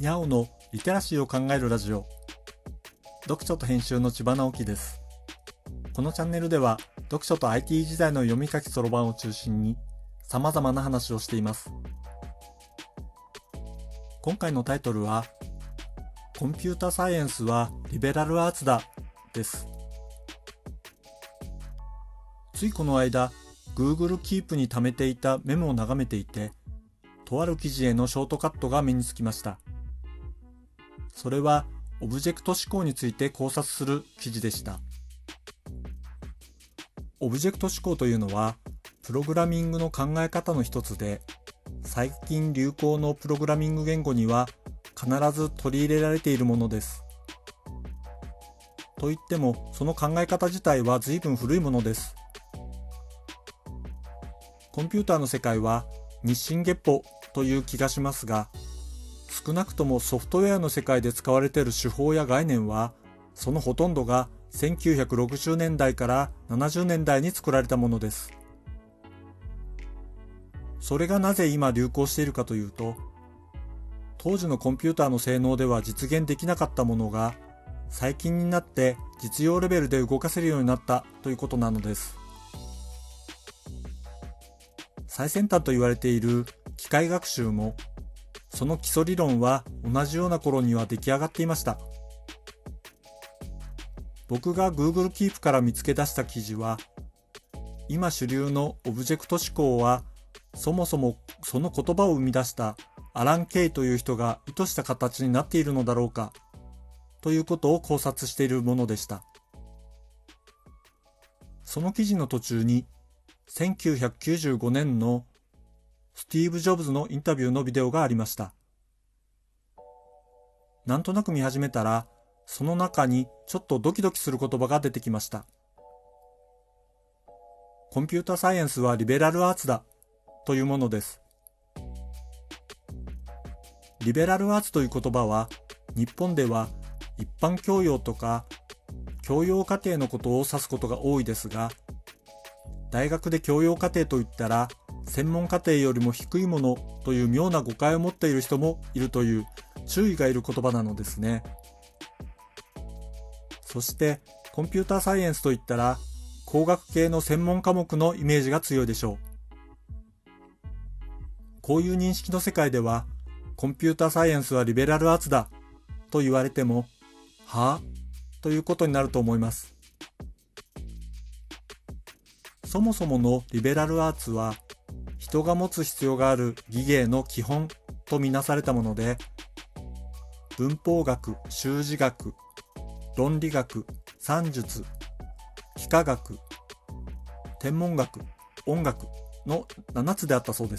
にゃおのリテラシーを考えるラジオ。読書と編集の千葉直樹です。このチャンネルでは読書と IT 時代の読み書きそろばんを中心に様々な話をしています。今回のタイトルはコンピュータサイエンスはリベラルアーツだです。ついこの間 Google Keep に貯めていたメモを眺めていて、とある記事へのショートカットが目につきました。それはオブジェクト思考について考察する記事でした。オブジェクト思考というのはプログラミングの考え方の一つで、最近流行のプログラミング言語には必ず取り入れられているものです。といってもその考え方自体は随分古いものです。コンピューターの世界は日進月歩という気がしますが、少なくともソフトウェアの世界で使われている手法や概念は、そのほとんどが1960年代から70年代に作られたものです。それがなぜ今流行しているかというと、当時のコンピューターの性能では実現できなかったものが、最近になって実用レベルで動かせるようになったということなのです。最先端と言われている機械学習も、その基礎理論は同じような頃には出来上がっていました。僕が Google Keep から見つけ出した記事は、今主流のオブジェクト思考は、そもそもその言葉を生み出したアラン・ケイという人が意図した形になっているのだろうか、ということを考察しているものでした。その記事の途中に、1995年のスティーブ・ジョブズのインタビューのビデオがありました。なんとなく見始めたら、その中にちょっとドキドキする言葉が出てきました。コンピュータサイエンスはリベラルアーツだというものです。リベラルアーツという言葉は、日本では一般教養とか教養課程のことを指すことが多いですが、大学で教養課程といったら専門課程よりも低いものという妙な誤解を持っている人もいるという注意がいる言葉なのですね。そしてコンピューターサイエンスといったら工学系の専門科目のイメージが強いでしょう。こういう認識の世界ではコンピューターサイエンスはリベラルアーツだと言われても、はぁということになると思います。そもそものリベラルアーツは人が持つ必要がある技芸の基本とみなされたもので、文法学、修辞学、論理学、算術、幾何学、天文学、音楽の7つであったそうです。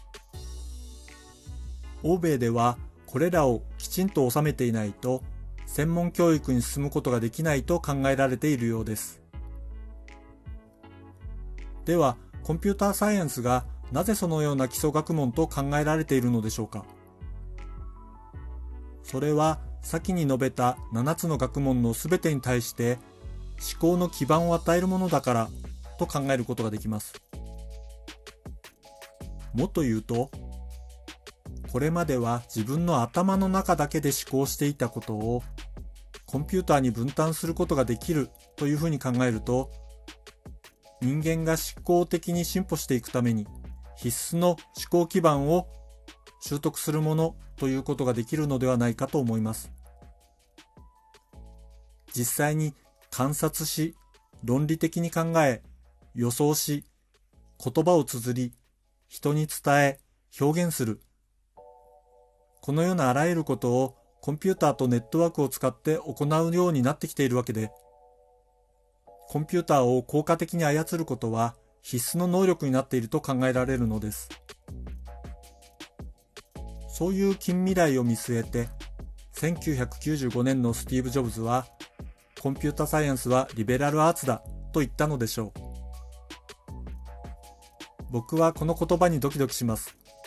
欧米ではこれらをきちんと収めていないと専門教育に進むことができないと考えられているようです。では、コンピューターサイエンスがなぜそのような基礎学問と考えられているのでしょうか。それは先に述べた7つの学問のすべてに対して思考の基盤を与えるものだからと考えることができます。もっと言うと、これまでは自分の頭の中だけで思考していたことをコンピューターに分担することができるというふうに考えると、人間が思考的に進歩していくために必須の思考基盤を習得するものということができるのではないかと思います。実際に観察し、論理的に考え、予想し、言葉を綴り、人に伝え、表現する。このようなあらゆることをコンピューターとネットワークを使って行うようになってきているわけで、コンピューターを効果的に操ることは必須の能力になっていると考えられるのです。そういう近未来を見据えて、1995年のスティーブ・ジョブズは、コンピュータサイエンスはリベラルアーツだと言ったのでしょう。僕はこの言葉にドキドキします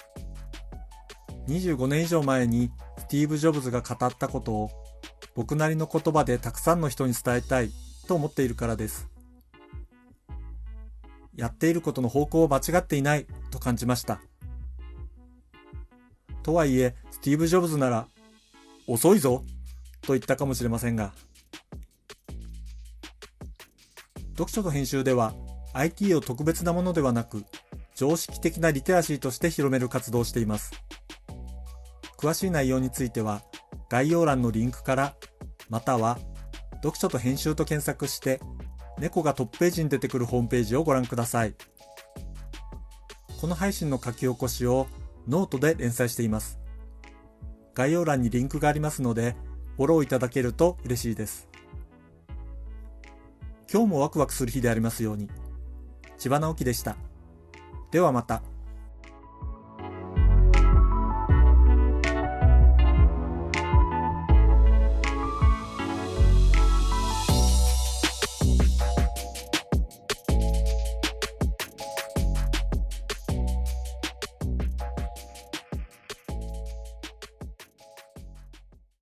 。25年以上前にスティーブ・ジョブズが語ったことを僕なりの言葉でたくさんの人に伝えたいと思っているからです。やっていることの方向を間違っていないと感じました。とはいえ、スティーブ・ジョブズなら遅いぞと言ったかもしれませんが、読書と編集では IT を特別なものではなく、常識的なリテラシーとして広める活動をしています。詳しい内容については概要欄のリンクから、または読書と編集と検索して猫がトップページに出てくるホームページをご覧ください。この配信の書き起こしをノートで連載しています。概要欄にリンクがありますのでフォローいただけると嬉しいです。今日もワクワクする日でありますように。千葉直樹でした。ではまた。